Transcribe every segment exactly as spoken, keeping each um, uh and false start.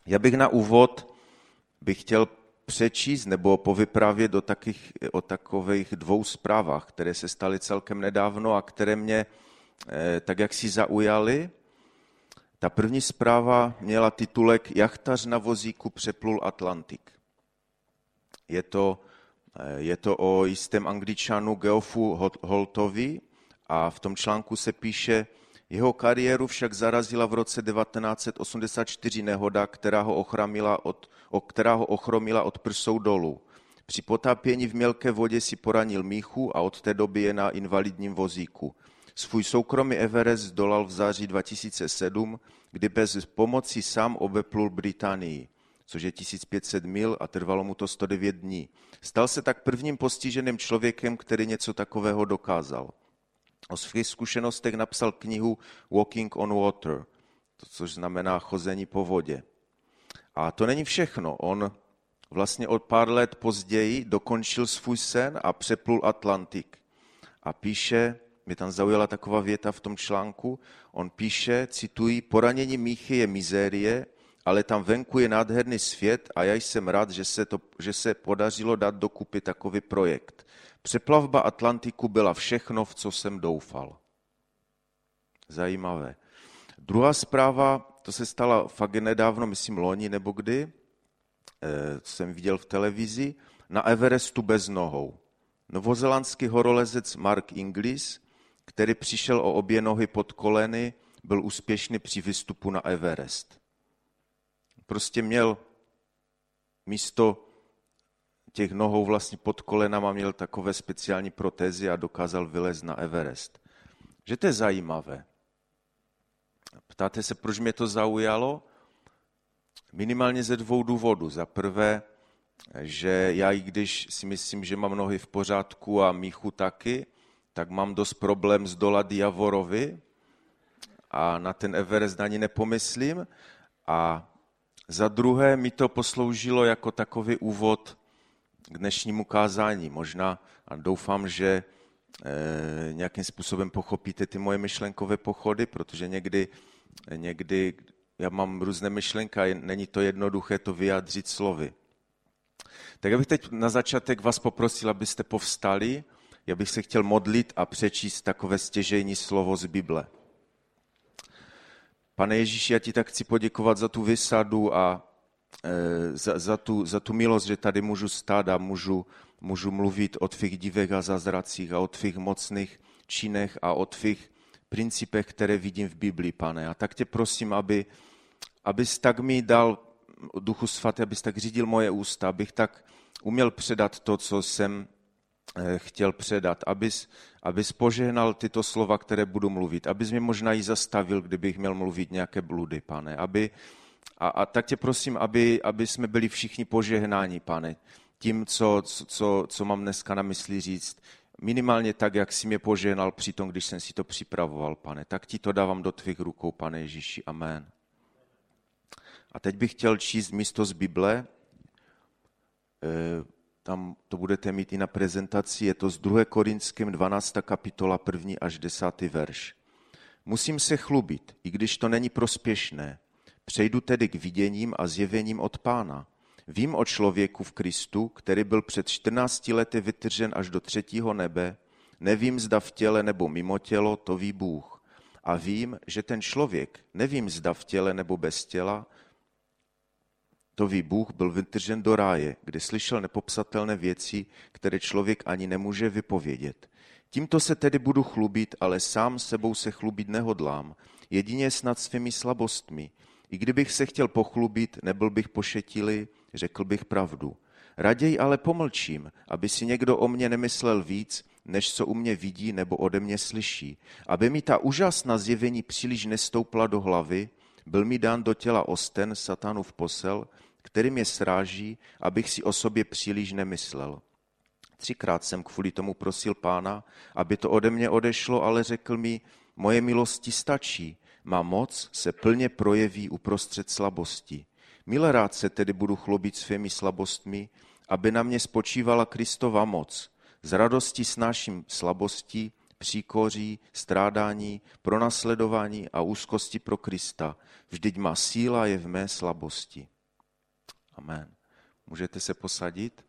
Já bych na úvod bych chtěl přečíst nebo povyprávět o, takých, o takových dvou zprávách, které se staly celkem nedávno a které mě eh, tak jak si zaujaly. Ta první zpráva měla titulek Jachtař na vozíku přeplul Atlantik. Je to, eh, je to o jistém Angličanu Geoffu Holtovi a v tom článku se píše, jeho kariéru však zarazila v roce devatenáct set osmdesát čtyři nehoda, která ho, ochromila od, o, která ho ochromila od prsou dolů. Při potápění v mělké vodě si poranil míchu a od té doby je na invalidním vozíku. Svůj soukromý Everest zdolal v září dva tisíce sedm, kdy bez pomoci sám obeplul Británii, což je tisíc pět set mil a trvalo mu to sto devět dní. Stal se tak prvním postiženým člověkem, který něco takového dokázal. O svých zkušenostech napsal knihu Walking on Water, což znamená chození po vodě. A to není všechno. On vlastně od pár let později dokončil svůj sen a přeplul Atlantik. A píše, mě tam zaujala taková věta v tom článku, on píše, cituji, poranění míchy je mizérie, ale tam venku je nádherný svět a já jsem rád, že se, to, že se podařilo dát dokupy takový projekt. Přeplavba Atlantiku byla všechno, v co jsem doufal. Zajímavé. Druhá zpráva, to se stala fakt nedávno, myslím loni nebo kdy, eh, jsem viděl v televizi, na Everestu bez nohou. Novozélandský horolezec Mark Inglis, který přišel o obě nohy pod koleny, byl úspěšný při výstupu na Everest. Prostě měl místo těch nohou vlastně pod kolenama měl takové speciální protézy a dokázal vylézt na Everest. Že to je zajímavé. Ptáte se, proč mě to zaujalo? Minimálně ze dvou důvodů. Za prvé, že já i když si myslím, že mám nohy v pořádku a míchu taky, tak mám dost problém zdolat Javorovi a na ten Everest ani nepomyslím. A za druhé mi to posloužilo jako takový úvod k dnešnímu kázání. Možná a doufám, že e, nějakým způsobem pochopíte ty moje myšlenkové pochody, protože někdy, někdy já mám různé myšlenky a není to jednoduché to vyjádřit slovy. Tak já bych teď na začátek vás poprosil, abyste povstali. Já bych se chtěl modlit a přečíst takové stěžejní slovo z Bible. Pane Ježíši, já ti tak chci poděkovat za tu vysadu a e, za, za, tu, za tu milost, že tady můžu stát a můžu, můžu mluvit o tvých divech a zázracích a o tvých mocných činech a o tvých principech, které vidím v Biblii, Pane. A tak tě prosím, aby, abys tak mi dal, Duchu Svatý, abys tak řídil moje ústa, abych tak uměl předat to, co jsem chtěl předat, abys, abys požehnal tyto slova, které budu mluvit, abys mě možná i zastavil, kdybych měl mluvit nějaké bludy, Pane. Aby, a, a tak tě prosím, aby, aby jsme byli všichni požehnáni, Pane, tím, co, co, co mám dneska na mysli říct, minimálně tak, jak jsi mě požehnal při tom, když jsem si to připravoval, Pane. Tak ti to dávám do tvých rukou, Pane Ježíši. Amen. A teď bych chtěl číst místo z Bible, tam to budete mít i na prezentaci, je to z druhé Korinským dvanáctá kapitola, první až desátý verš. Musím se chlubit, i když to není prospěšné. Přejdu tedy k viděním a zjevením od Pána. Vím o člověku v Kristu, který byl před čtrnácti lety vytržen až do třetího nebe. Nevím, zda v těle nebo mimo tělo, to ví Bůh. A vím, že ten člověk, nevím, zda v těle nebo bez těla, to ví Bůh, byl vytržen do ráje, kde slyšel nepopsatelné věci, které člověk ani nemůže vypovědět. Tímto se tedy budu chlubit, ale sám sebou se chlubit nehodlám, jedině snad svými slabostmi. I kdybych se chtěl pochlubit, nebyl bych pošetilý, řekl bych pravdu. Raději ale pomlčím, aby si někdo o mě nemyslel víc, než co u mě vidí nebo ode mě slyší. Aby mi ta úžasná zjevení příliš nestoupla do hlavy, byl mi dán do těla osten, satanův posel, který mě sráží, abych si o sobě příliš nemyslel. Třikrát jsem kvůli tomu prosil Pána, aby to ode mě odešlo, ale řekl mi, moje milosti stačí, má moc se plně projeví uprostřed slabosti. Mile rád se tedy budu chlubit svými slabostmi, aby na mě spočívala Kristova moc. Z radosti snáším slabosti, příkoří, strádání, pronásledování a úzkosti pro Krista. Vždyť má síla je v mé slabosti. Amen. Můžete se posadit?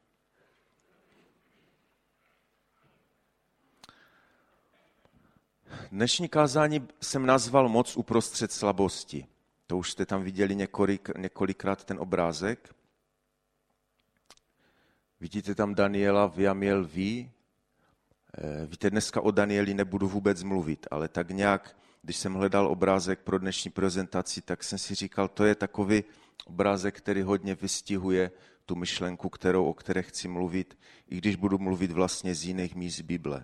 Dnešní kázání jsem nazval Moc uprostřed slabosti. To už jste tam viděli několik, několikrát ten obrázek. Vidíte tam Daniela v jamě lví. Víte, dneska o Danieli nebudu vůbec mluvit, ale tak nějak, když jsem hledal obrázek pro dnešní prezentaci, tak jsem si říkal, to je takový obrázek, který hodně vystihuje tu myšlenku, kterou, o které chci mluvit, i když budu mluvit vlastně z jiných míst Bible.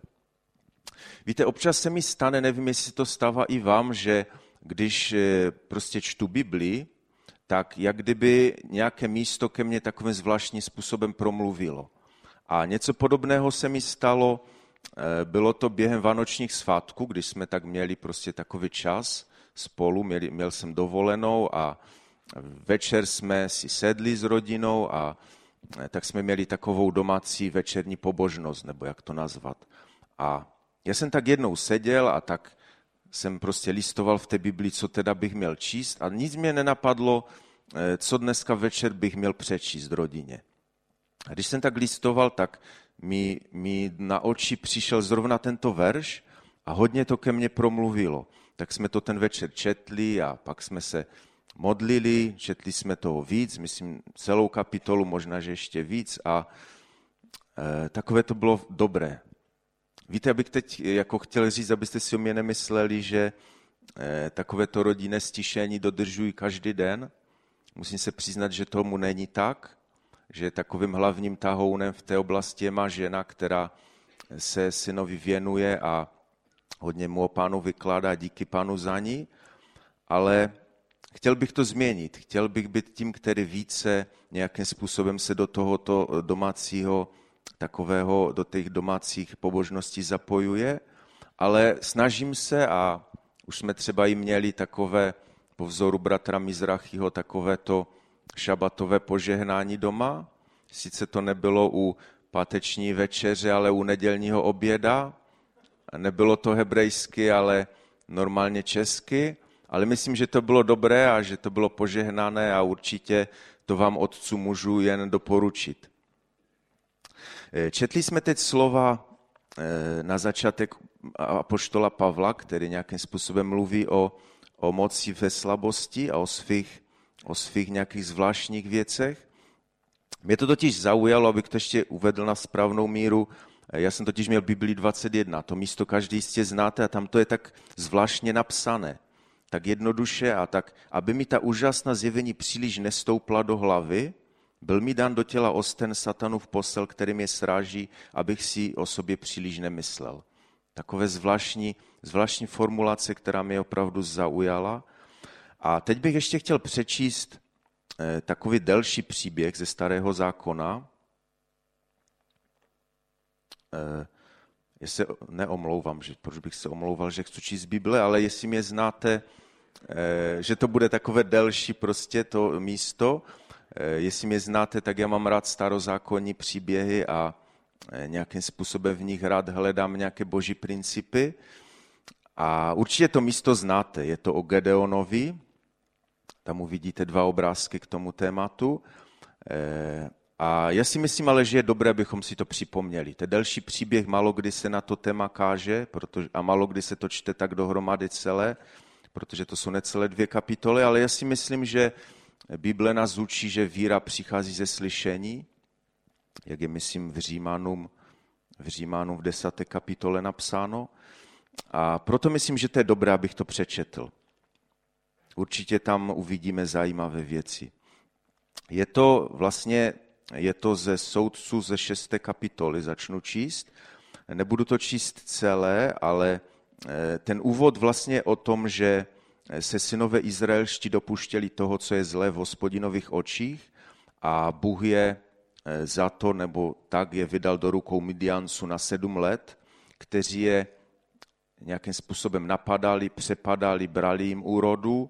Víte, občas se mi stane, nevím, jestli to stává i vám, že když prostě čtu Bibli, tak jak kdyby nějaké místo ke mně takovým zvláštním způsobem promluvilo. A něco podobného se mi stalo, bylo to během vánočních svátků, když jsme tak měli prostě takový čas spolu, měli, měl jsem dovolenou a večer jsme si sedli s rodinou a tak jsme měli takovou domácí večerní pobožnost, nebo jak to nazvat. A já jsem tak jednou seděl a tak jsem prostě listoval v té Bibli, co teda bych měl číst a nic mě nenapadlo, co dneska večer bych měl přečíst rodině. A když jsem tak listoval, tak mi, mi na oči přišel zrovna tento verš a hodně to ke mně promluvilo. Tak jsme to ten večer četli a pak jsme se modlili, četli jsme toho víc, myslím celou kapitolu, možná, že ještě víc a e, takové to bylo dobré. Víte, abych teď jako chtěl říct, abyste si o mě nemysleli, že e, takovéto rodinné stišení dodržují každý den. Musím se přiznat, že tomu není tak, že takovým hlavním tahounem v té oblasti je má žena, která se synovi věnuje a hodně mu o Pánu vykládá, díky Pánu za ní, ale chtěl bych to změnit. Chtěl bych být tím, který více nějakým způsobem se do tohoto domácího, takového, do těch domácích pobožností zapojuje, ale snažím se a už jsme třeba i měli takové po vzoru bratra Mizrachyho takovéto šabatové požehnání doma. Sice to nebylo u páteční večeře, ale u nedělního oběda. Nebylo to hebrejsky, ale normálně česky. Ale myslím, že to bylo dobré a že to bylo požehnané a určitě to vám otců můžu jen doporučit. Četli jsme teď slova na začátek apoštola Pavla, který nějakým způsobem mluví o, o moci ve slabosti a o svých, o svých nějakých zvláštních věcech. Mě to totiž zaujalo, abych to ještě uvedl na správnou míru. Já jsem totiž měl Biblii dvacet jedna, to místo každý jistě znáte a tam to je tak zvláštně napsané. Tak jednoduše a tak, aby mi ta úžasná zjevení příliš nestoupla do hlavy, byl mi dán do těla osten satanův posel, který mě sráží, abych si o sobě příliš nemyslel. Takové zvláštní, zvláštní formulace, která mě opravdu zaujala. A teď bych ještě chtěl přečíst eh, takový delší příběh ze Starého zákona. Eh, já se neomlouvám, že, proč bych se omlouval, že chci číst Bible, ale jestli mě znáte, eh, že to bude takové delší prostě to místo. Jestli mě znáte, tak já mám rád starozákonní příběhy a nějakým způsobem v nich rád hledám nějaké boží principy. A určitě to místo znáte, je to o Gedeonovi, tam uvidíte dva obrázky k tomu tématu. A já si myslím ale, že je dobré, abychom si to připomněli. Ten delší příběh málo kdy se na to téma káže protože, a málo kdy se to čte tak dohromady celé, protože to jsou necelé dvě kapitoly, ale já si myslím, že Bible nás učí, že víra přichází ze slyšení, jak je, myslím, v Římanům, v Římanům v desáté kapitole napsáno. A proto myslím, že to je dobré, abych to přečetl. Určitě tam uvidíme zajímavé věci. Je to vlastně, je to ze Soudců ze šesté kapitoly, začnu číst. Nebudu to číst celé, ale ten úvod vlastně o tom, že se synové izraelští dopuštěli toho, co je zlé v Hospodinových očích a Bůh je za to, nebo tak je vydal do rukou Midianců na sedm let, kteří je nějakým způsobem napadali, přepadali, brali jim úrodu.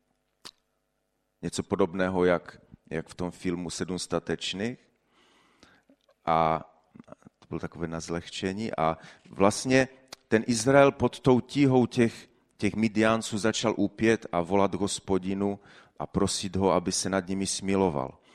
Něco podobného, jak, jak v tom filmu Sedm statečných. A to bylo takové na zlehčení. A vlastně ten Izrael pod tou tíhou těch, těch Midianců začal úpět a volat Hospodinu a prosit ho, aby se nad nimi smiloval.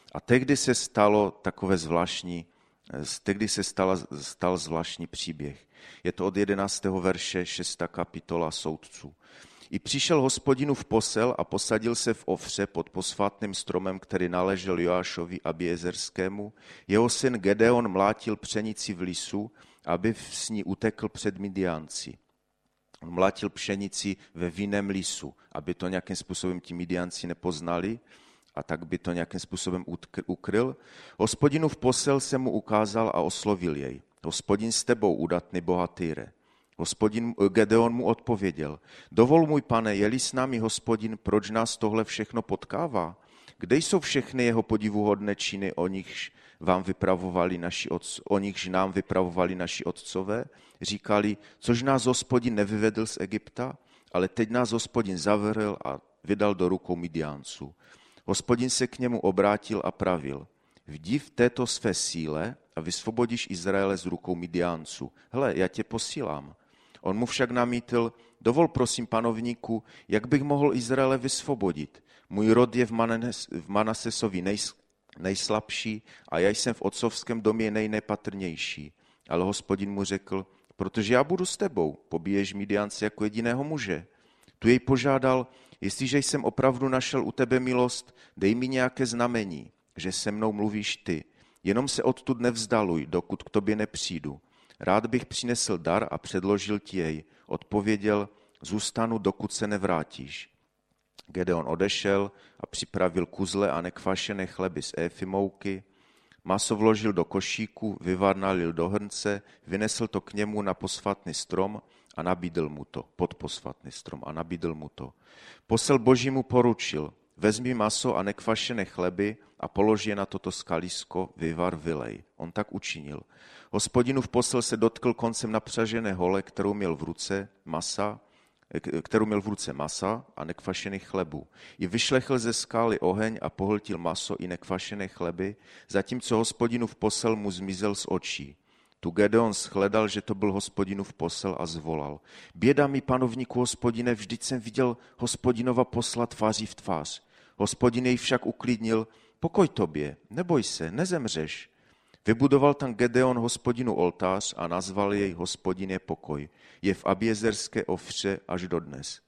A tehdy se stalo takové zvláštní, tehdy se stala, stal zvláštní příběh. Je to od jedenáctého verše šestá kapitola Soudců. I přišel Hospodinův posel a posadil se v Ofře pod posvátným stromem, který náležel Joášovi Abiezerskému. Jeho syn Gedeon mlátil pšenici v lisu, aby s ní utekl před Midiánci. On mlátil pšenici ve vinném lisu, aby to nějakým způsobem ti Midiánci nepoznali a tak by to nějakým způsobem ukryl. Hospodinův posel se mu ukázal a oslovil jej. Hospodin s tebou, udatný bohatýre. Hospodin Gedeon mu odpověděl, dovol můj pane, je-li s námi Hospodin, proč nás tohle všechno potkává? Kde jsou všechny jeho podivuhodné činy, o nichž vám vypravovali naši otc, o nichž nám vypravovali naši otcové? Říkali, což nás Hospodin nevyvedl z Egypta, ale teď nás Hospodin zavrhl a vydal do rukou Midiánců. Hospodin se k němu obrátil a pravil, vdi v této své síle a vysvobodíš Izraele z rukou Midiánců. Hle, já tě posílám. On mu však namítl, dovol prosím panovníku, jak bych mohl Izraele vysvobodit. Můj rod je v, Manes, v Manasesovi nejs, nejslabší a já jsem v otcovském domě nejnepatrnější. Ale Hospodin mu řekl, protože já budu s tebou, pobiješ Midiánce jako jediného muže. Tu jej požádal, jestliže jsem opravdu našel u tebe milost, dej mi nějaké znamení, že se mnou mluvíš ty. Jenom se odtud nevzdaluj, dokud k tobě nepřijdu. Rád bych přinesl dar a předložil ti jej. Odpověděl, zůstanu, dokud se nevrátíš. Gedeon odešel a připravil kuzle a nekvašené chleby z éfy mouky. Maso vložil do košíku, vyvarnalil do hrnce, vynesl to k němu na posvatný strom a nabídl mu to, pod posvatný strom a nabídl mu to. Posel Boží mu poručil, vezmi maso a nekvašené chleby a polož je na toto skalisko, vyvar, vylej. On tak učinil. Hospodinův posel se dotkl koncem napřažené hole, kterou měl v ruce masa, kterou měl v ruce masa a nekvašených chlebů. I vyšlechl ze skály oheň a pohltil maso i nekvašené chleby, zatímco Hospodinův posel mu zmizel z očí. Tu Gedeon shledal, že to byl Hospodinův posel a zvolal. Běda mi, panovníku Hospodine, vždyť jsem viděl Hospodinova posla tváří v tvář. Hospodin jej však uklidnil, pokoj tobě, neboj se, nezemřeš. Vybudoval tam Gedeon Hospodinu oltář a nazval jej Hospodin je pokoj. Je v Abiezerské Ofře až dodnes.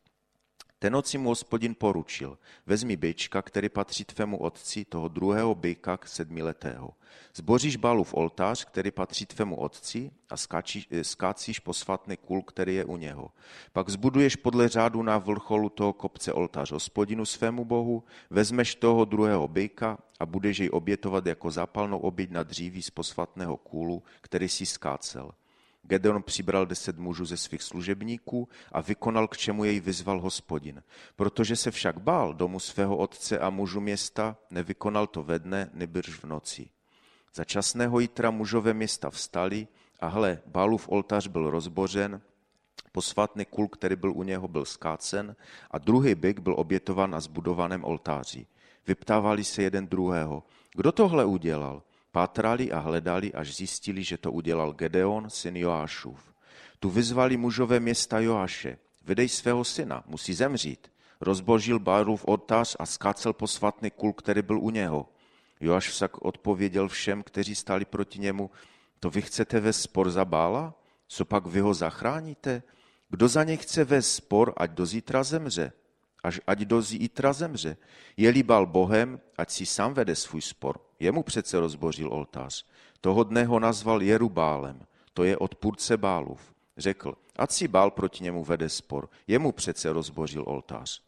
Té noci mu Hospodin poručil, vezmi bejčka, který patří tvému otci, toho druhého bejka sedmiletého. Zboříš Baalův oltář, který patří tvému otci a skáčíš, skácíš posvatný kůl, který je u něho. Pak zbuduješ podle řádu na vrcholu toho kopce oltář Hospodinu svému bohu, vezmeš toho druhého bejka a budeš jej obětovat jako zápalnou oběť na dříví z posvatného kůlu, který si skácel. Gedeon přibral deset mužů ze svých služebníků a vykonal, k čemu jej vyzval Hospodin. Protože se však bál domu svého otce a mužů města, nevykonal to ve dne, nýbrž v noci. Za časného jitra mužové města vstali a hle, Baalův oltář byl rozbořen, posvatný kůl, který byl u něho, byl skácen a druhý byk byl obětován na zbudovaném oltáři. Vyptávali se jeden druhého, kdo tohle udělal? Pátrali a hledali, až zjistili, že to udělal Gedeon, syn Joášův. Tu vyzvali mužové města Joáše. Vydej svého syna, musí zemřít. Rozbožil Baalův oltář a skácel posvatný kůl, který byl u něho. Joáš však odpověděl všem, kteří stáli proti němu, to vy chcete vést spor za Bála? Co pak vy ho zachráníte? Kdo za něj chce vést spor, ať do zítra zemře? Až ať do zítra zemře. Je-li Bál Bohem, ať si sám vede svůj spor. Jemu přece rozbořil oltář. Toho dne ho nazval Jerubálem, to je odpůrce Bálův. Řekl, ať si Bál proti němu vede spor. Jemu přece rozbořil oltář.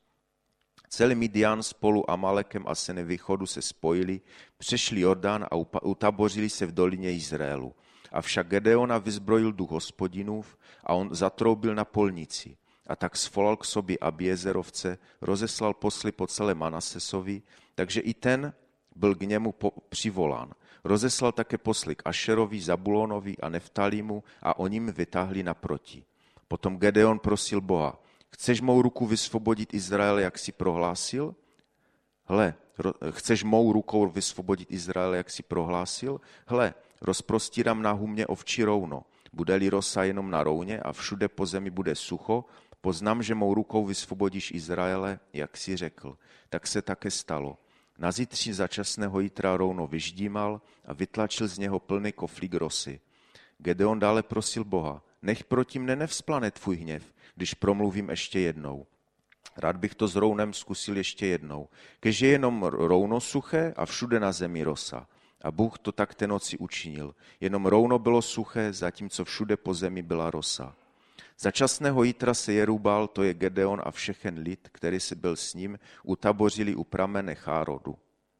Celý Midian spolu Amalekem a syny východu se spojili, přešli Jordán a utabořili se v dolině Izraelu. Avšak Gedeona vyzbrojil duch Hospodinův a on zatroubil na polnici. A tak svolal k sobě Abiezerovce, rozeslal posly po celé Manasesovi, takže i ten byl k němu přivolán. Rozeslal také posly k Ašerovi, Zabulonovi a Neftalimu a oni jim vytáhli naproti. Potom Gedeon prosil Boha, chceš mou ruku vysvobodit Izrael, jak si prohlásil? Hle, chceš mou rukou vysvobodit Izrael, jak si prohlásil? Hle, rozprostírám na humě ovčí rouno. Bude-li rosa jenom na rouně a všude po zemi bude sucho, poznám, že mou rukou vysvobodíš Izraele, jak si řekl. Tak se také stalo. Na zítří začasného jítra rovno vyždímal a vytlačil z něho plný koflík rosy. Gedeon dále prosil Boha, nech proti mne nevzplane tvůj hněv, když promluvím ještě jednou. Rád bych to s rounem zkusil ještě jednou. Kež je jenom rouno suché a všude na zemi rosa. A Bůh to tak té noci učinil. Jenom rouno bylo suché, zatímco všude po zemi byla rosa. Za časného jítra se Jerubál, to je Gedeon a všechen lid, který se byl s ním, utabořili u pramene Chárodu.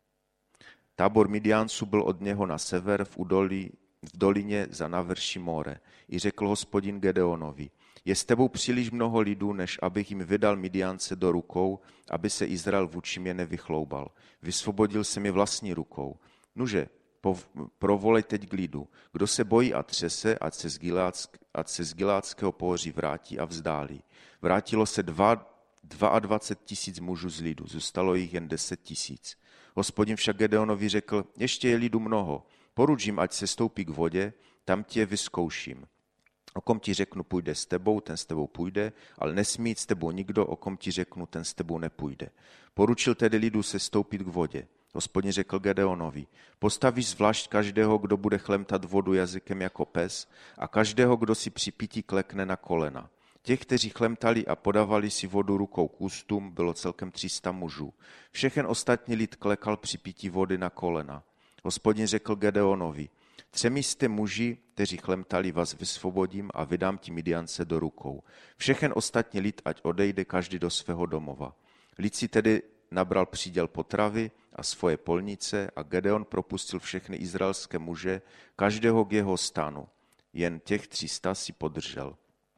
Tábor Midiánců byl od něho na sever v, údolí, v dolině za navrší more. I řekl Hospodin Gedeonovi, je s tebou příliš mnoho lidů, než abych jim vydal Midiánce do rukou, aby se Izrael vůči mě nevychloubal. Vysvobodil jsem je vlastní rukou. Nuže, provolej teď k lidu. Kdo se bojí a třese, ať se z, Gileádsk, ať se z Gileádského pohoří vrátí a vzdálí. Vrátilo se dva, dvacet dva tisíc mužů z lidu, zůstalo jich jen deset tisíc. Hospodin však Gedeonovi řekl, ještě je lidu mnoho, poruč jim, ať se stoupí k vodě, tam ti je vyzkouším. O kom ti řeknu, půjde s tebou, ten s tebou půjde, ale nesmí jít s tebou nikdo, o kom ti řeknu, ten s tebou nepůjde. Poručil tedy lidu se stoupit k vodě. Hospodin řekl Gedeonovi, postavíš zvlášť každého, kdo bude chlemtat vodu jazykem jako pes a každého, kdo si při pití klekne na kolena. Těch, kteří chlemtali a podávali si vodu rukou k ústům, bylo celkem tři sta mužů. Všechen ostatní lid klekal při pití vody na kolena. Hospodin řekl Gedeonovi, třemi jste muži, kteří chlemtali, vás vysvobodím a vydám ti Midiance do rukou. Všechen ostatní lid, ať odejde každý do svého domova. Lid si tedy nabral příděl potravy a svoje polnice a Gedeon propustil všechny izraelské muže, každého k jeho stanu. Jen těch tři sta si podržel.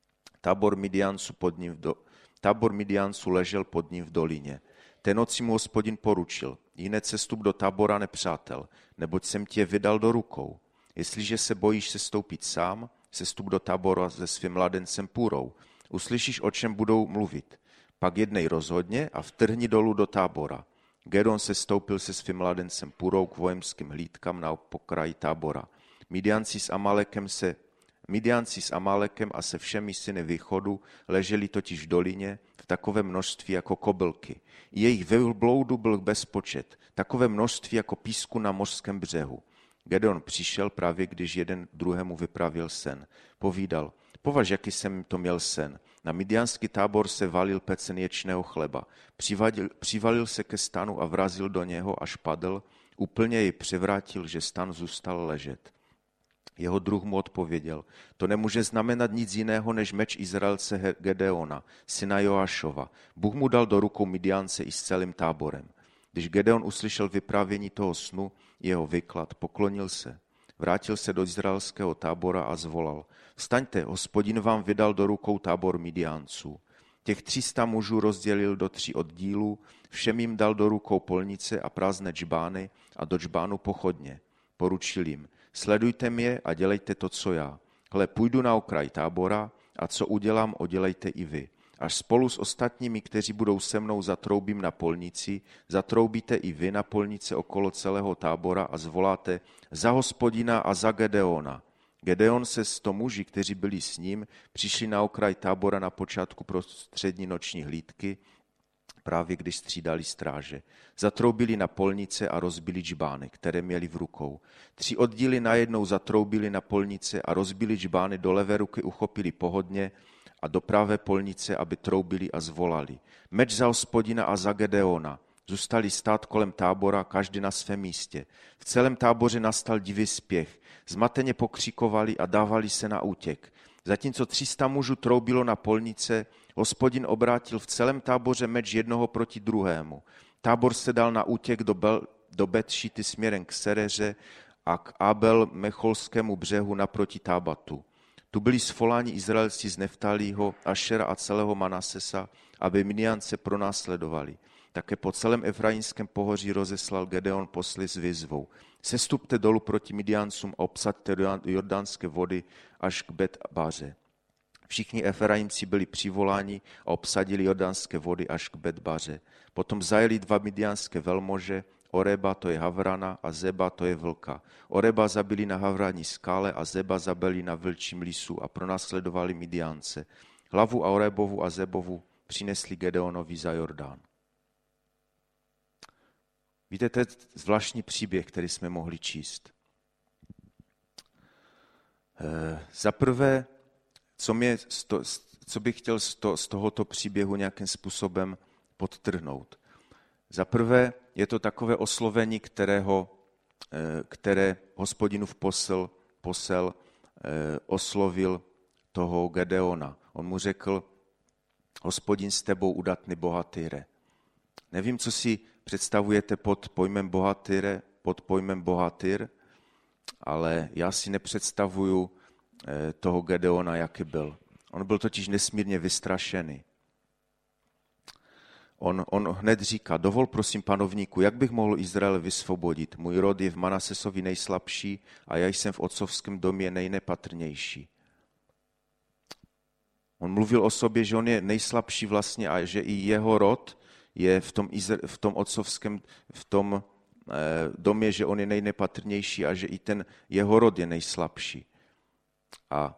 Tábor Midianců, pod ním v do... Tábor Midianců ležel pod ním v dolině. Té noci mu Hospodin poručil, jiné cestup do tábora nepřátel, neboť jsem tě vydal do rukou. Jestliže se bojíš sestoupit sám, sestup do tábora se svým mladencem Půrou. Uslyšíš, o čem budou mluvit. Pak jednej rozhodně a vtrhni dolů do tábora. Gedeon se stoupil se svým mladencem Půrou k vojenským hlídkám na pokraji tábora. Midianci s Amalekem se Midianci s Amálekem a se všemi syny východu leželi totiž v dolině v takové množství jako kobylky. I jejich velbloudu byl bezpočet, takové množství jako písku na mořském břehu. Gedeon přišel právě, když jeden druhému vyprávěl sen. Povídal, považ, jaký jsem to měl sen. Na midianský tábor se valil pecen ječného chleba. Přivadil, přivalil se ke stanu a vrazil do něho, až padl. Úplně jej převrátil, že stan zůstal ležet. Jeho druh mu odpověděl, to nemůže znamenat nic jiného, než meč Izraelce Gedeona, syna Joášova. Bůh mu dal do rukou Midiance i s celým táborem. Když Gedeon uslyšel vyprávění toho snu, jeho vyklad, poklonil se. Vrátil se do izraelského tábora a zvolal, vstaňte, Hospodin vám vydal do rukou tábor Midianců. Těch tři sta mužů rozdělil do tří oddílů, všem jim dal do rukou polnice a prázdné džbány a do džbánu pochodně. Poručil jim, sledujte mě a dělejte to, co já. Hle, půjdu na okraj tábora a co udělám, udělejte i vy. Až spolu s ostatními, kteří budou se mnou, zatroubím na polnici, zatroubíte i vy na polnice okolo celého tábora a zvoláte za Hospodina a za Gedeona. Gedeon se sto muži, kteří byli s ním, přišli na okraj tábora na počátku prostřední noční hlídky, právě když střídali stráže. Zatroubili na polnice a rozbili džbány, které měli v rukou. Tři oddíly najednou zatroubili na polnice a rozbili džbány, do levé ruky uchopili pohodně a do pravé polnice, aby troubili a zvolali. Meč za Hospodina a za Gedeona. Zůstali stát kolem tábora, každý na svém místě. V celém táboře nastal divý spěch. Zmateně pokřikovali a dávali se na útěk. Zatímco tři sta mužů troubilo na polnice, Hospodin obrátil v celém táboře meč jednoho proti druhému. Tábor se dal na útěk do, Bel, do Bet-šity směrem k Sereře a k Abel Mecholskému břehu naproti Tábatu. Tu byli svoláni Izraelci z Neftalího, Ašera a celého Manasesa, aby Midiance pronásledovali. Také po celém Efraimském pohoří rozeslal Gedeon posly s výzvou. Sestupte dolů proti Midiancům a obsaďte jordánské vody až k Bet-Baře. Všichni Efraimci byli přivoláni a obsadili jordánské vody až k Bet-Baře. Potom zajeli dva midianské velmože, Oreba, to je Havrana, a Zeba, to je vlka. Oreba zabili na Havrani skále a Zeba zabili na vlčím lisu a pronásledovali Midiance. Hlavu a Orebovu a Zebovu přinesli Gedeonovi za Jordán. Víte, to je zvláštní příběh, který jsme mohli číst. E, Za prvé, co, mě, co bych chtěl z, to, z tohoto příběhu nějakým způsobem podtrhnout. Za prvé je to takové oslovení, kterého, které Hospodinův posel, posel oslovil toho Gedeona. On mu řekl, Hospodin s tebou, udatný bohatýre. Nevím, co si představujete pod pojmem bohatýre, pod pojmem bohatýr, ale já si nepředstavuju toho Gedeona, jaký byl. On byl totiž nesmírně vystrašený. On, on hned říká, dovol prosím panovníku, jak bych mohl Izrael vysvobodit? Můj rod je v Manasesovi nejslabší a já jsem v otcovském domě nejnepatrnější. On mluvil o sobě, že on je nejslabší vlastně a že i jeho rod je v tom, v tom otcovském, v tom eh, domě, že on je nejnepatrnější a že i ten jeho rod je nejslabší. A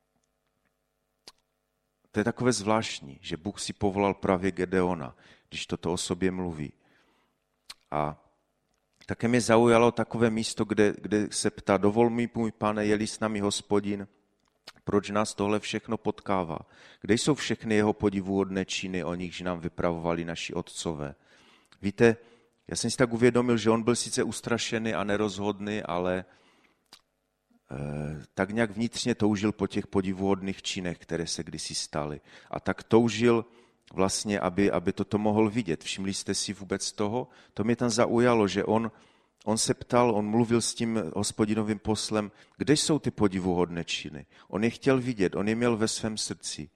to je takové zvláštní, že Bůh si povolal právě Gedeona, když toto o sobě mluví. A také mě zaujalo takové místo, kde, kde se ptá, dovol mi, můj pane, je-li s námi Hospodin, proč nás tohle všechno potkává? Kde jsou všechny jeho podivuhodné činy, o nichž nám vypravovali naši otcové? Víte, já jsem si tak uvědomil, že on byl sice ustrašený a nerozhodný, ale tak nějak vnitřně toužil po těch podivuhodných činech, které se kdysi staly. A tak toužil vlastně, aby, aby toto mohl vidět. Všimli jste si vůbec toho? To mě tam zaujalo, že on, on se ptal, on mluvil s tím Hospodinovým poslem, kde jsou ty podivuhodné činy. On je chtěl vidět, on je měl ve svém srdci.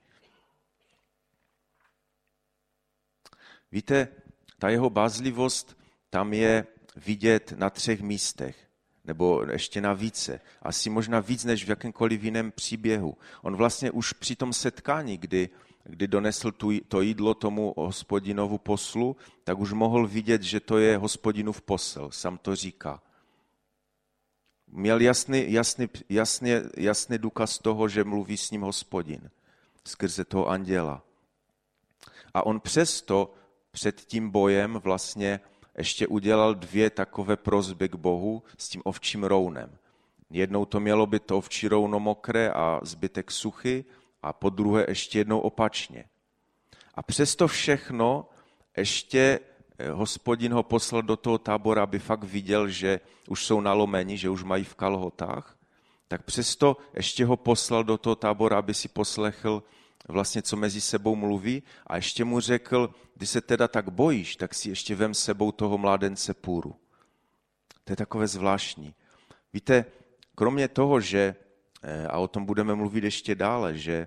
Víte, ta jeho bázlivost tam je vidět na třech místech. Nebo ještě na více. Asi možná víc než v jakémkoliv jiném příběhu. On vlastně už při tom setkání, kdy, kdy donesl tu, to jídlo tomu Hospodinovu poslu, tak už mohl vidět, že to je Hospodinův posel. Sám to říká. Měl jasný, jasný, jasný, jasný důkaz toho, že mluví s ním Hospodin. Skrze toho anděla. A on přesto před tím bojem vlastně ještě udělal dvě takové prosby k Bohu s tím ovčím rounem. Jednou to mělo být to ovčí rouno mokré a zbytek suchy a po druhé ještě jednou opačně. A přesto všechno ještě Hospodin ho poslal do toho tábora, aby fakt viděl, že už jsou nalomeni, že už mají v kalhotách, tak přesto ještě ho poslal do toho tábora, aby si poslechl vlastně, co mezi sebou mluví a ještě mu řekl, když se teda tak bojíš, tak si ještě vem sebou toho mládence Půru. To je takové zvláštní. Víte, kromě toho, že, a o tom budeme mluvit ještě dále, že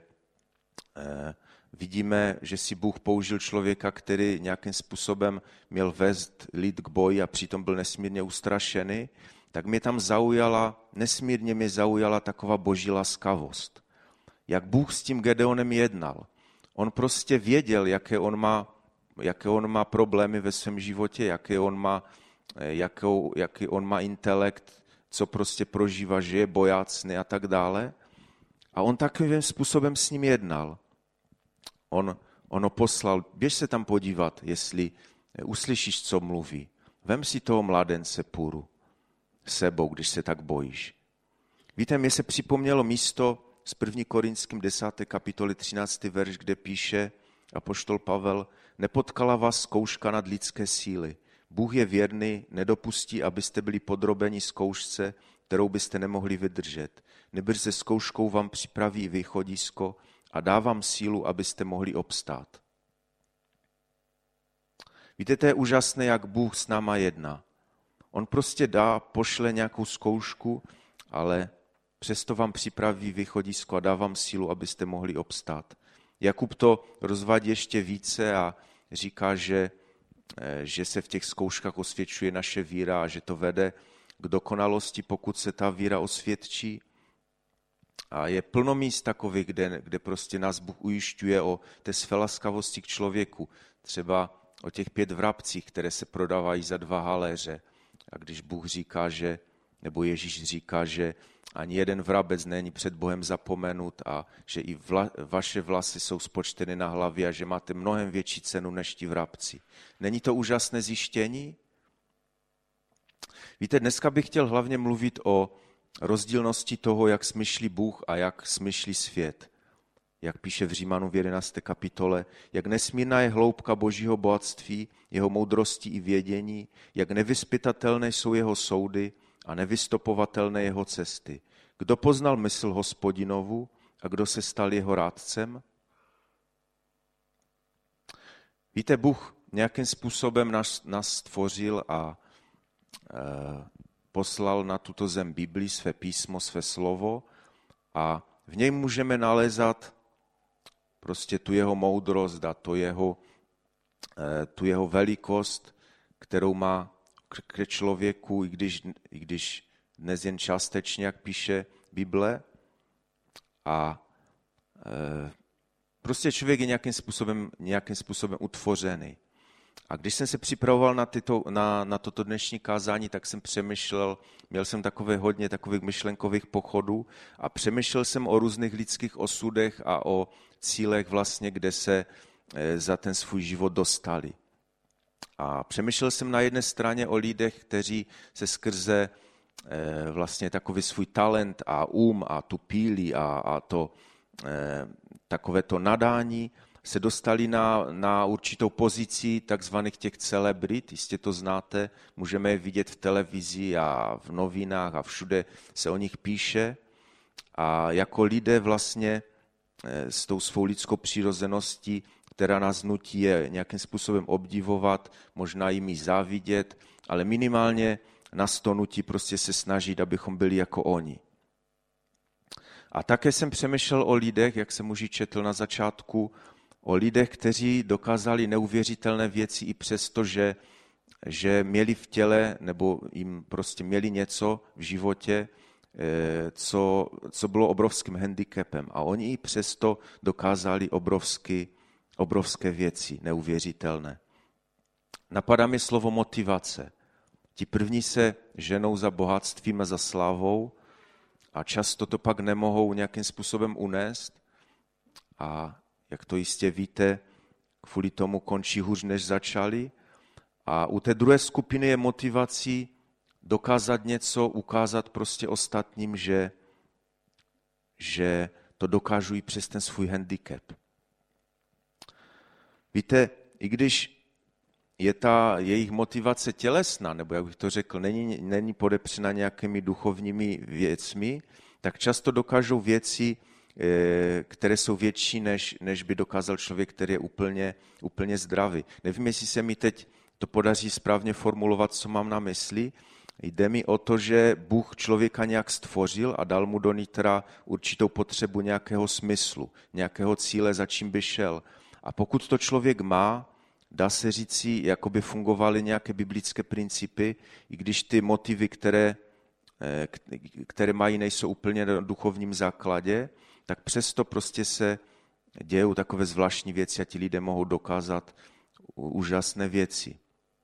vidíme, že si Bůh použil člověka, který nějakým způsobem měl vést lid k boji a přitom byl nesmírně ustrašený, tak mě tam zaujala, nesmírně mě zaujala taková boží laskavost. Jak Bůh s tím Gedeonem jednal. On prostě věděl, jaké on má, jaké on má problémy ve svém životě, jaké on má, jakou, jaký on má intelekt, co prostě prožívá, že je bojácný a tak dále. A on takovým způsobem s ním jednal. On, on ho poslal, běž se tam podívat, jestli uslyšíš, co mluví. Vem si toho mladence Půru sebou, když se tak bojíš. Víte, mně se připomnělo místo z první Korinským desáté kapitoly třináctý verš, kde píše apoštol Pavel, nepotkala vás zkouška nad lidské síly. Bůh je věrný, nedopustí, abyste byli podrobeni zkoušce, kterou byste nemohli vydržet. Nýbrž se zkouškou vám připraví východisko a dá vám sílu, abyste mohli obstát. Víte, to je úžasné, jak Bůh s náma jedná. On prostě dá, pošle nějakou zkoušku, ale přesto vám připraví východisko a dá vám sílu, abyste mohli obstát. Jakub to rozvádí ještě více a říká, že, že se v těch zkouškách osvědčuje naše víra a že to vede k dokonalosti, pokud se ta víra osvědčí. A je plno míst takových, kde, kde prostě nás Bůh ujišťuje o té své laskavosti k člověku. Třeba o těch pět vrabcích, které se prodávají za dva haléře. A když Bůh říká, že, nebo Ježíš říká, že ani jeden vrabec není před Bohem zapomenut a že i vla, vaše vlasy jsou spočteny na hlavě a že máte mnohem větší cenu než ti vrabci. Není to úžasné zjištění? Víte, dneska bych chtěl hlavně mluvit o rozdílnosti toho, jak smýšlí Bůh a jak smýšlí svět. Jak píše v Římanům v jedenácté kapitole, jak nesmírná je hloubka Božího bohatství, jeho moudrosti i vědění, jak nevyzpytatelné jsou jeho soudy a nevystopovatelné jeho cesty. Kdo poznal mysl Hospodinovu a kdo se stal jeho rádcem? Víte, Bůh nějakým způsobem nás, nás stvořil a e, poslal na tuto zem Biblii, své písmo, své slovo a v něm můžeme nalézat prostě tu jeho moudrost a to jeho, e, tu jeho velikost, kterou má k člověku, i když, i když dnes jen částečně, jak píše Bible. A e, prostě člověk je nějakým způsobem, nějakým způsobem utvořený. A když jsem se připravoval na, tyto, na, na toto dnešní kázání, tak jsem přemýšlel, měl jsem takové hodně takových myšlenkových pochodů a přemýšlel jsem o různých lidských osudech a o cílech vlastně, kde se e, za ten svůj život dostali. A přemýšlel jsem na jedné straně o lidech, kteří se skrze e, vlastně takový svůj talent a um a tu píli a, a to e, takové to nadání se dostali na, na určitou pozici takzvaných těch celebrit, jistě to znáte, můžeme je vidět v televizi a v novinách a všude se o nich píše. A jako lidé vlastně e, s tou svou lidskou přirozeností, která nás nutí je nějakým způsobem obdivovat, možná jim jí závidět, ale minimálně nás to nutí prostě se snažit, abychom byli jako oni. A také jsem přemýšlel o lidech, jak jsem už četl na začátku, o lidech, kteří dokázali neuvěřitelné věci i přesto, že, že měli v těle nebo jim prostě měli něco v životě, co, co bylo obrovským handicapem. A oni i přesto dokázali obrovsky, obrovské věci, neuvěřitelné. Napadá mi slovo motivace. Ti první se ženou za bohatstvím a za slávou a často to pak nemohou nějakým způsobem unést a jak to jistě víte, kvůli tomu končí hůř, než začali. A u té druhé skupiny je motivací dokázat něco, ukázat prostě ostatním, že, že to dokážu i přes ten svůj handicap. Víte, i když je ta jejich motivace tělesná, nebo jak bych to řekl, není, není podepřena nějakými duchovními věcmi, tak často dokážou věci, které jsou větší, než, než by dokázal člověk, který je úplně, úplně zdravý. Nevím, jestli se mi teď to podaří správně formulovat, co mám na mysli. Jde mi o to, že Bůh člověka nějak stvořil a dal mu do nitra určitou potřebu nějakého smyslu, nějakého cíle, za čím by šel. A pokud to člověk má, dá se říci, jako by fungovaly nějaké biblické principy, i když ty motivy, které, které mají, nejsou úplně na duchovním základě, tak přesto prostě se dějou takové zvláštní věci a ti lidé mohou dokázat úžasné věci.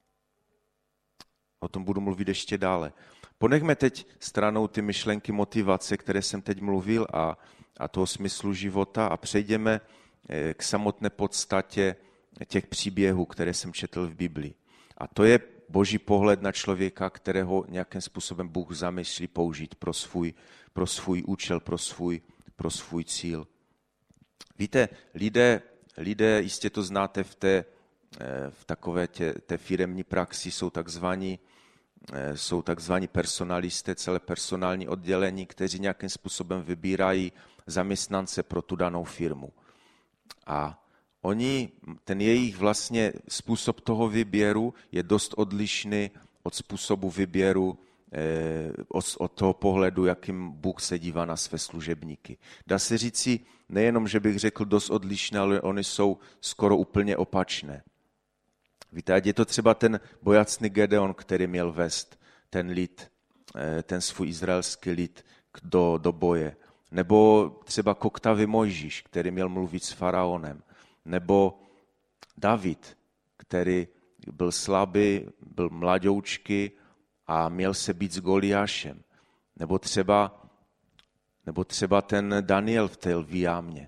O tom budu mluvit ještě dále. Ponechme teď stranou ty myšlenky motivace, které jsem teď mluvil a, a toho smyslu života a přejdeme k samotné podstatě těch příběhů, které jsem četl v Biblii. A to je Boží pohled na člověka, kterého nějakým způsobem Bůh zamýšlí použít pro svůj, pro svůj účel, pro svůj, pro svůj cíl. Víte, lidé, lidé, jistě to znáte v té, v takové tě, té firemní praxi, jsou takzvaní, jsou takzvaní personalisté, celé personální oddělení, kteří nějakým způsobem vybírají zaměstnance pro tu danou firmu. A oni, ten jejich vlastně způsob toho výběru je dost odlišný od způsobu výběru, od, od toho pohledu, jakým Bůh se dívá na své služebníky. Dá se říci, nejenom, že bych řekl dost odlišné, ale oni jsou skoro úplně opačné. Víte, ať je to třeba ten bojacný Gedeon, který měl vést ten lid, ten svůj izraelský lid do, do boje. Nebo třeba koktavý Mojžíš, který měl mluvit s faraonem. Nebo David, který byl slabý, byl mladoučky a měl se být s Goliášem. Nebo třeba, nebo třeba ten Daniel v té lví jámě.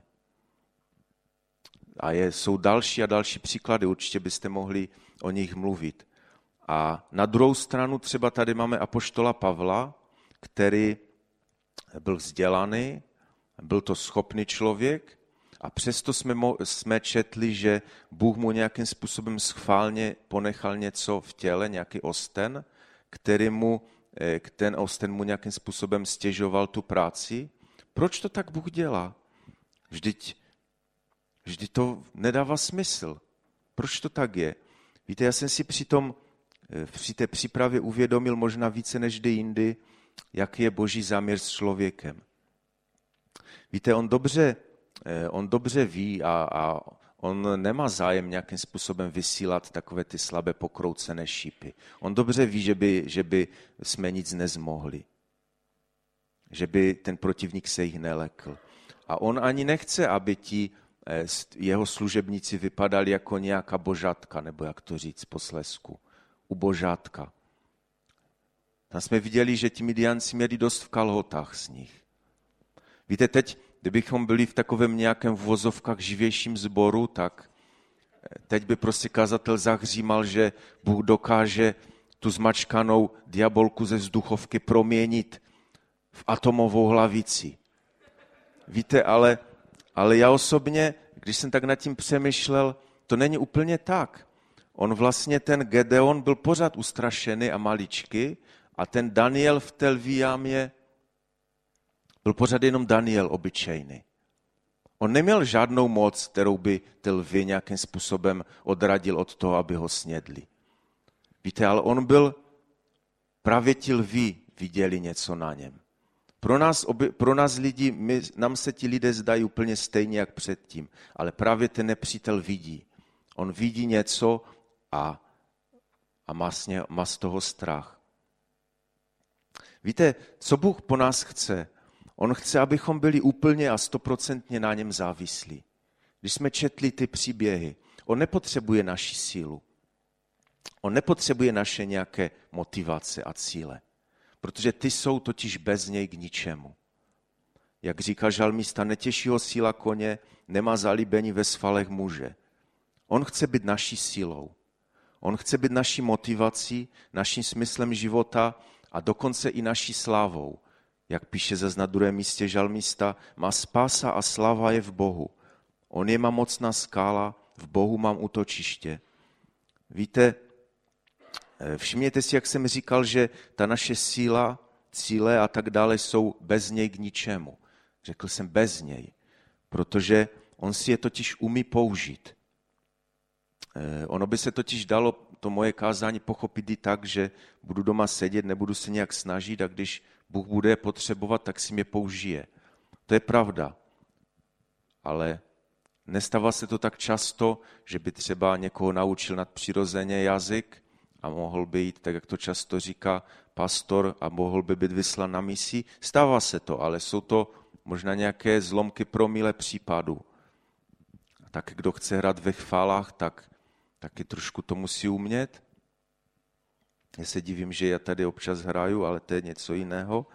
A je, jsou další a další příklady, určitě byste mohli o nich mluvit. A na druhou stranu třeba tady máme apoštola Pavla, který byl vzdělaný, byl to schopný člověk a přesto jsme, mo- jsme četli, že Bůh mu nějakým způsobem schválně ponechal něco v těle, nějaký osten, který mu, ten osten mu nějakým způsobem stěžoval tu práci. Proč to tak Bůh dělá? Vždyť, vždyť to nedává smysl. Proč to tak je? Víte, já jsem si při, tom, při té přípravě uvědomil možná více než kdy jindy, jaký je Boží záměr s člověkem. Víte, on dobře, on dobře ví a, a on nemá zájem nějakým způsobem vysílat takové ty slabé pokroucené šípy. On dobře ví, že by, že by jsme nic nezmohli. Že by ten protivník se jich nelekl. A on ani nechce, aby ti jeho služebníci vypadali jako nějaká božátka, nebo jak to říct po slezsku, ubožátka. Tam jsme viděli, že ti Midianci měli dost v kalhotách z nich. Víte, teď, kdybychom byli v takovém nějakém v vozovkách živějším sboru, tak teď by prostě kazatel zahřímal, že Bůh dokáže tu zmačkanou diabolku ze vzduchovky proměnit v atomovou hlavici. Víte, ale, ale já osobně, když jsem tak nad tím přemýšlel, to není úplně tak. On vlastně, ten Gedeon, byl pořád ustrašený a maličký a ten Daniel v té lví jámě byl pořád jenom Daniel obyčejný. On neměl žádnou moc, kterou by ty lvy nějakým způsobem odradil od toho, aby ho snědli. Víte, ale on byl, právě ti lví viděli něco na něm. Pro nás, oby, pro nás lidi, my, nám se ti lidé zdají úplně stejně jak předtím, ale právě ten nepřítel vidí. On vidí něco a, a má, z ně, má z toho strach. Víte, co Bůh po nás chce? On chce, abychom byli úplně a stoprocentně na něm závislí. Když jsme četli ty příběhy, on nepotřebuje naši sílu. On nepotřebuje naše nějaké motivace a cíle. Protože ty jsou totiž bez něj k ničemu. Jak říká žalmista, netěší ho síla koně, nemá zalíbení ve svalech muže. On chce být naší sílou. On chce být naší motivací, naším smyslem života a dokonce i naší slávou. Jak píše zase na druhém místě žalmista, má spása a sláva je v Bohu. On je má mocná skála, v Bohu mám útočiště. Víte, všimněte si, jak jsem říkal, že ta naše síla, cíle a tak dále jsou bez něj k ničemu. Řekl jsem bez něj, protože on si je totiž umí použít. Ono by se totiž dalo to moje kázání pochopit i tak, že budu doma sedět, nebudu se nějak snažit a když Bůh bude potřebovat, tak si mě použije. To je pravda, ale nestává se to tak často, že by třeba někoho naučil nadpřirozeně jazyk a mohl by jít, tak jak to často říká pastor, a mohl by být vyslán na misi. Stává se to, ale jsou to možná nějaké zlomky promile případů. Tak kdo chce hrát ve chválách, tak taky trošku to musí umět. Já se divím, že já tady občas hraju, ale to je něco jiného.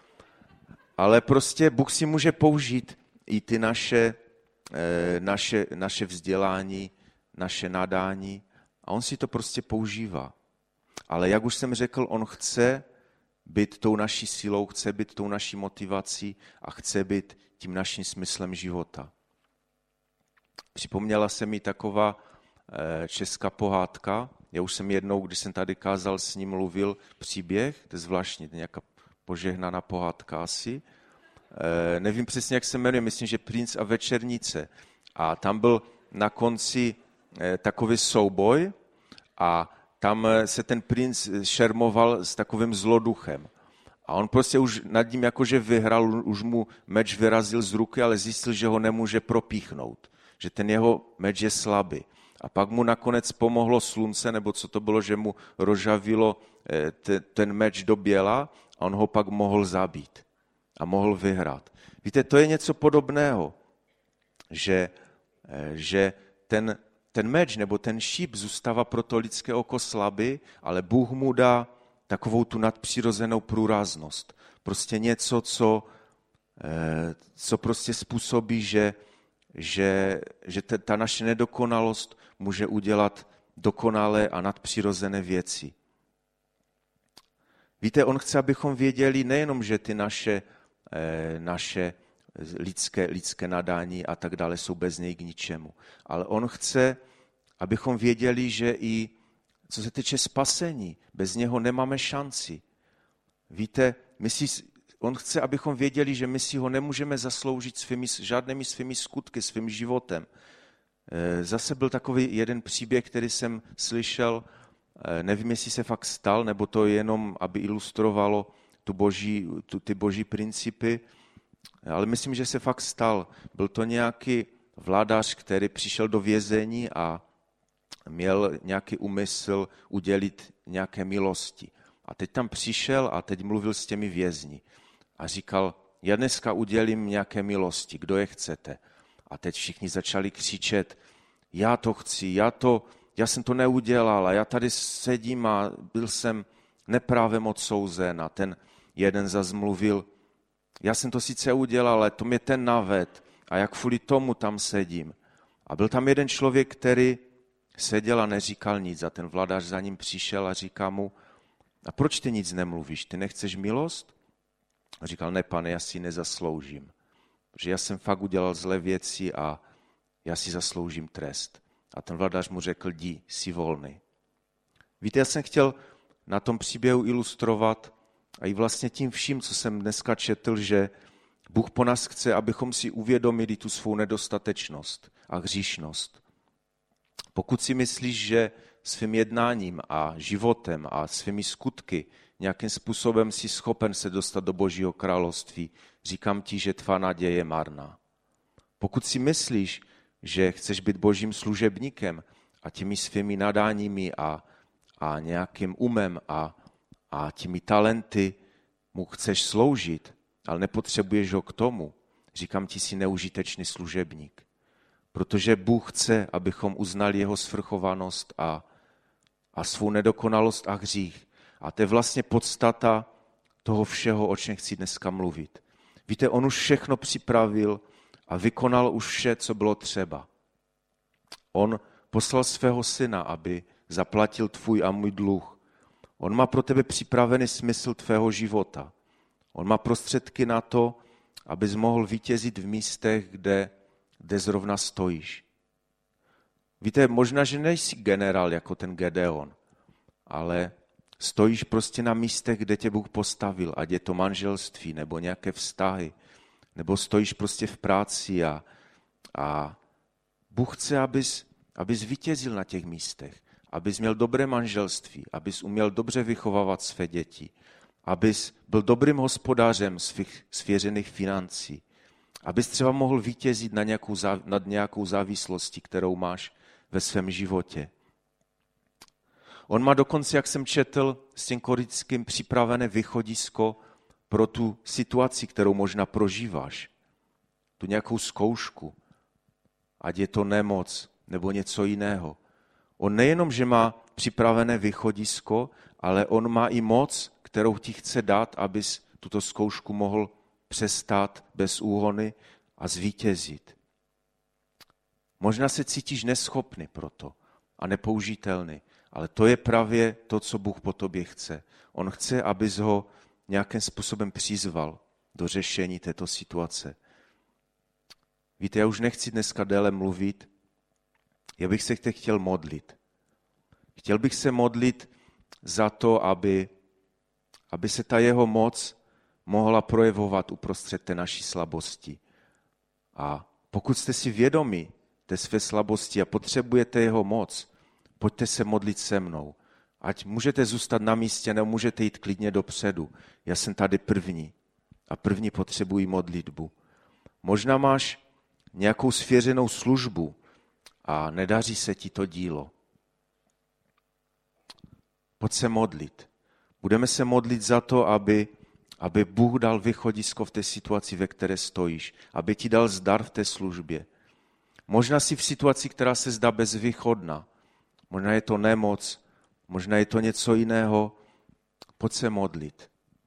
Ale prostě Bůh si může použít i ty naše, naše, naše vzdělání, naše nadání a on si to prostě používá. Ale jak už jsem řekl, on chce být tou naší silou, chce být tou naší motivací a chce být tím naším smyslem života. Připomněla se mi taková česká pohádka. Já už jsem jednou, když jsem tady kázal, s ním mluvil příběh, to je zvláštní, to je nějaká požehnaná pohádka asi. E, nevím přesně, jak se jmenuje, myslím, že Princ a večernice. A tam byl na konci e, takový souboj a tam se ten princ šermoval s takovým zloduchem. A on prostě už nad ním jakože vyhrál, už mu meč vyrazil z ruky, ale zjistil, že ho nemůže propíchnout, že ten jeho meč je slabý. A pak mu nakonec pomohlo slunce, nebo co to bylo, že mu rozžavilo ten meč do běla a on ho pak mohl zabít a mohl vyhrát. Víte, to je něco podobného, že, že ten, ten meč nebo ten šíp zůstává pro to lidské oko slabý, ale Bůh mu dá takovou tu nadpřirozenou průraznost. Prostě něco, co, co prostě způsobí, že, že, že ta naše nedokonalost může udělat dokonalé a nadpřirozené věci. Víte, on chce, abychom věděli nejenom, že ty naše, eh, naše lidské, lidské nadání a tak dále jsou bez něj k ničemu, ale on chce, abychom věděli, že i co se týče spasení, bez něho nemáme šanci. Víte, my si, on chce, abychom věděli, že my si ho nemůžeme zasloužit svými, žádnými svými skutky, svým životem. Zase byl takový jeden příběh, který jsem slyšel, nevím, jestli se fakt stal, nebo to jenom, aby ilustrovalo tu boží, tu, ty boží principy, ale myslím, že se fakt stal. Byl to nějaký vládař, který přišel do vězení a měl nějaký úmysl udělit nějaké milosti. A teď tam přišel a teď mluvil s těmi vězni a říkal, já dneska udělím nějaké milosti, kdo je chcete. A teď všichni začali křičet, já to chci, já, to, já jsem to neudělal a já tady sedím a byl jsem neprávem odsouzen. A ten jeden zas mluvil, já jsem to sice udělal, ale to mě ten naved a jak kvůli tomu tam sedím. A byl tam jeden člověk, který seděl a neříkal nic a ten vladař za ním přišel a říká mu, a proč ty nic nemluvíš, ty nechceš milost? A říkal, ne pane, já si ji nezasloužím, protože já jsem fakt udělal zlé věci a já si zasloužím trest. A ten vladař mu řekl, jdi, jsi volný. Víte, já jsem chtěl na tom příběhu ilustrovat a i vlastně tím vším, co jsem dneska četl, že Bůh po nás chce, abychom si uvědomili tu svou nedostatečnost a hříšnost. Pokud si myslíš, že svým jednáním a životem a svými skutky nějakým způsobem si schopen se dostat do Božího království, říkám ti, že tvá naděje je marná. Pokud si myslíš, že chceš být Božím služebníkem a těmi svými nadáními a, a nějakým umem a, a těmi talenty mu chceš sloužit, ale nepotřebuješ ho k tomu, říkám ti, jsi neužitečný služebník. Protože Bůh chce, abychom uznali jeho svrchovanost a, a svou nedokonalost a hřích. A to je vlastně podstata toho všeho, o čem chci dneska mluvit. Víte, on už všechno připravil a vykonal už vše, co bylo třeba. On poslal svého syna, aby zaplatil tvůj a můj dluh. On má pro tebe připravený smysl tvého života. On má prostředky na to, abys mohl vítězit v místech, kde, kde zrovna stojíš. Víte, možná, že nejsi generál jako ten Gedeon, ale stojíš prostě na místech, kde tě Bůh postavil, ať je to manželství nebo nějaké vztahy, nebo stojíš prostě v práci a, a Bůh chce, abys, abys vítězil na těch místech, abys měl dobré manželství, abys uměl dobře vychovávat své děti, abys byl dobrým hospodářem svých svěřených financí, abys třeba mohl vítězit nad nějakou, nad nějakou závislostí, kterou máš ve svém životě. On má dokonce, jak jsem četl, s tím Korinským připravené východisko pro tu situaci, kterou možná prožíváš. Tu nějakou zkoušku, ať je to nemoc nebo něco jiného. On nejenom, že má připravené východisko, ale on má i moc, kterou ti chce dát, abys tuto zkoušku mohl přestát bez úhony a zvítězit. Možná se cítíš neschopný proto a nepoužitelný, ale to je právě to, co Bůh po tobě chce. On chce, abys ho nějakým způsobem přizval do řešení této situace. Víte, já už nechci dneska déle mluvit, já bych se teď chtěl modlit. Chtěl bych se modlit za to, aby, aby se ta jeho moc mohla projevovat uprostřed té naší slabosti. A pokud jste si vědomi té své slabosti a potřebujete jeho moc, pojďte se modlit se mnou. Ať můžete zůstat na místě, nebo můžete jít klidně dopředu. Já jsem tady první a první potřebuji modlitbu. Možná máš nějakou svěřenou službu a nedaří se ti to dílo. Pojď se modlit. Budeme se modlit za to, aby, aby Bůh dal východisko v té situaci, ve které stojíš. Aby ti dal zdar v té službě. Možná jsi v situaci, která se zdá bezvýchodná. Možná je to nemoc, možná je to něco jiného. Pojď se modlit.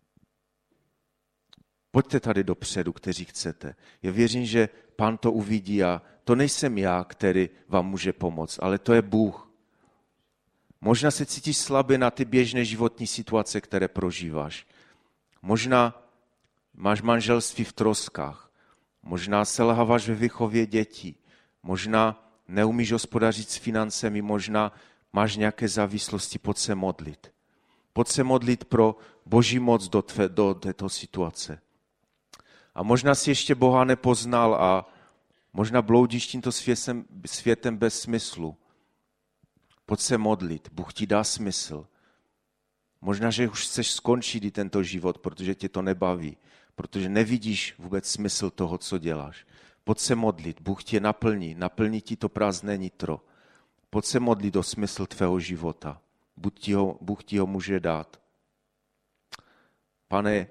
Pojďte tady dopředu, kteří chcete. Já věřím, že Pán to uvidí a to nejsem já, který vám může pomoct, ale to je Bůh. Možná se cítíš slabě na ty běžné životní situace, které prožíváš. Možná máš manželství v troskách. Možná selháváš ve výchově dětí. Možná neumíš hospodařit s financemi. Možná máš nějaké závislosti. Pojď se modlit. Pojď se modlit pro Boží moc do, tvé, do této situace. A možná si ještě Boha nepoznal a možná bloudíš tímto světem, světem bez smyslu. Pojď se modlit, Bůh ti dá smysl. Možná, že už chceš skončit i tento život, protože tě to nebaví, protože nevidíš vůbec smysl toho, co děláš. Pojď se modlit, Bůh tě naplní, naplní ti to prázdné nitro. Pojď se modlit o smysl tvého života. Bůh ti ho, Bůh ti ho může dát. Pane,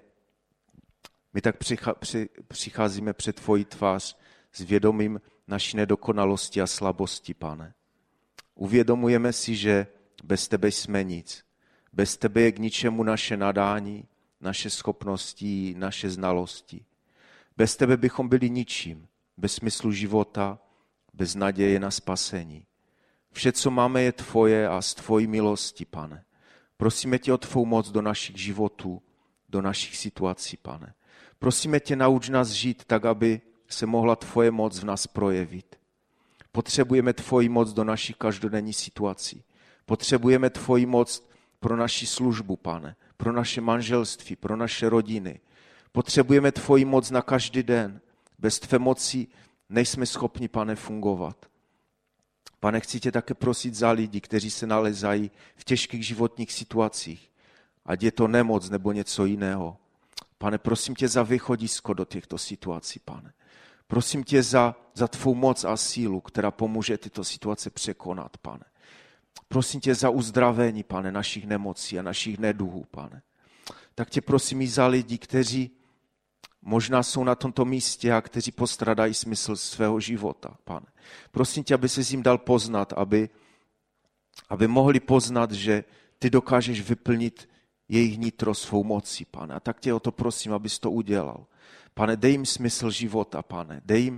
my tak přicházíme před tvoji tvář s vědomím naší nedokonalosti a slabosti, Pane. Uvědomujeme si, že bez tebe jsme nic. Bez tebe je k ničemu naše nadání, naše schopnosti, naše znalosti. Bez tebe bychom byli ničím, bez smyslu života, bez naděje na spasení. Vše, co máme, je tvoje a z tvojí milosti, Pane. Prosíme tě o tvou moc do našich životů, do našich situací, Pane. Prosíme tě, nauč nás žít tak, aby se mohla tvoje moc v nás projevit. Potřebujeme tvoji moc do našich každodenních situací. Potřebujeme tvoji moc pro naši službu, Pane, pro naše manželství, pro naše rodiny. Potřebujeme tvoji moc na každý den. Bez tvé moci nejsme schopni, Pane, fungovat. Pane, chci tě také prosit za lidi, kteří se nalezají v těžkých životních situacích, ať je to nemoc nebo něco jiného. Pane, prosím tě za východisko do těchto situací, Pane. Prosím tě za, za tvou moc a sílu, která pomůže tyto situace překonat, Pane. Prosím tě za uzdravení, Pane, našich nemocí a našich neduhů, Pane. Tak tě prosím i za lidi, kteří možná jsou na tomto místě a kteří postradají smysl svého života, Pane. Prosím tě, aby se jim dal poznat, aby, aby mohli poznat, že ty dokážeš vyplnit jejich nitro svou mocí, Pane. A tak tě o to prosím, abys to udělal. Pane, dej jim smysl života, Pane. Dej jim,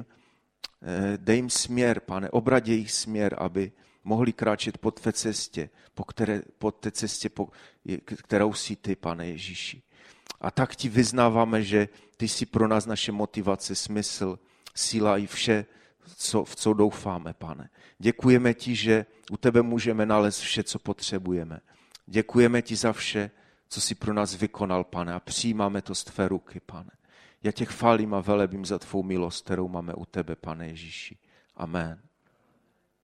dej jim směr, Pane. Obradě jejich směr, aby mohli kráčet po tvé cestě, po, které, po té cestě, po, kterou jsi ty, Pane Ježíši. A tak ti vyznáváme, že ty jsi pro nás naše motivace, smysl, síla i vše, co, v co doufáme, Pane. Děkujeme ti, že u tebe můžeme nalézt vše, co potřebujeme. Děkujeme ti za vše, co jsi pro nás vykonal, Pane, a přijímáme to z tvé ruky, Pane. Já tě chválím a velebím za tvou milost, kterou máme u tebe, Pane Ježíši. Amen.